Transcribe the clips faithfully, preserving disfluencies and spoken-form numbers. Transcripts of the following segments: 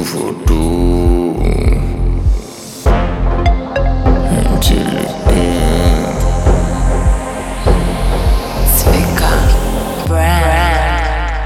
two for two. Интеллигент. Цвика бренд.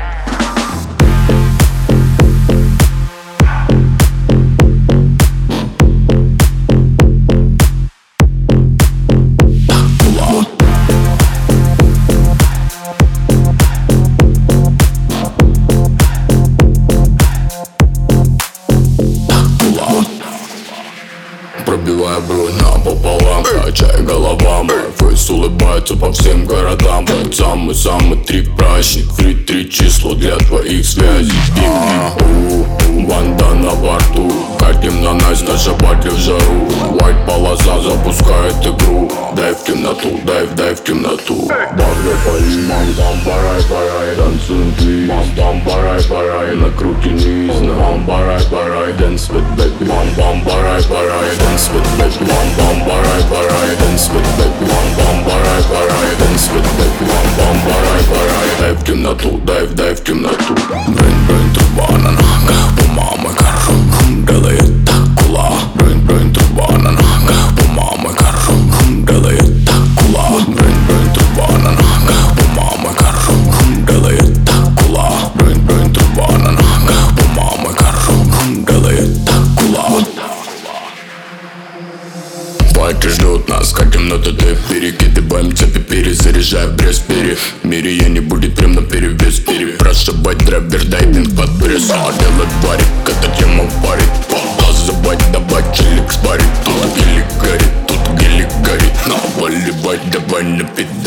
Пробивая бронь напополам, качая голова, мой фейс улыбается по всем городам. Самый-самый трип праздник, фри три число для твоих связей. Пик-пик-у, банда на борту, катим на нас, наша батли в жару. White полоса запускает игру, дай в темноту, дай в, дай в темноту. Бабля пали, мам-дам, барай-барай, танцуем твист. Мам-дам, барай-барай, накрутим низ. Мам, барай-барай, dance with baby. Мам-бам, барай-барай, dance with baby. Мам-бам, барай-барай, dance with baby. Мам-бам, барай-барай, dance with baby. Мам-бам, барай-барай, дай в темноту, дай в, дай в темноту. Брынь-брынь, труба на ногах, по мамы коррум, делает так кула. Брынь-брынь, труба на ногах, по мамы коррум, делает так кула. Брынь-брынь, труба на ногах, по мамы коррум, делает так кула. Брынь-брынь, труба на ногах, по мамы коррум, делает так кула. Пати ждут нас, катим на ТТ, перекидываем цепи, перезаряжая пресс, пере. В мире я не будет прям на перевес, перепрошибать драйвер, дайвинг под пресс. А делать барик, эта тема парит. Газовать, давай челик спарит. Тут гелик горит, тут гелик горит. Наливать, давай напить.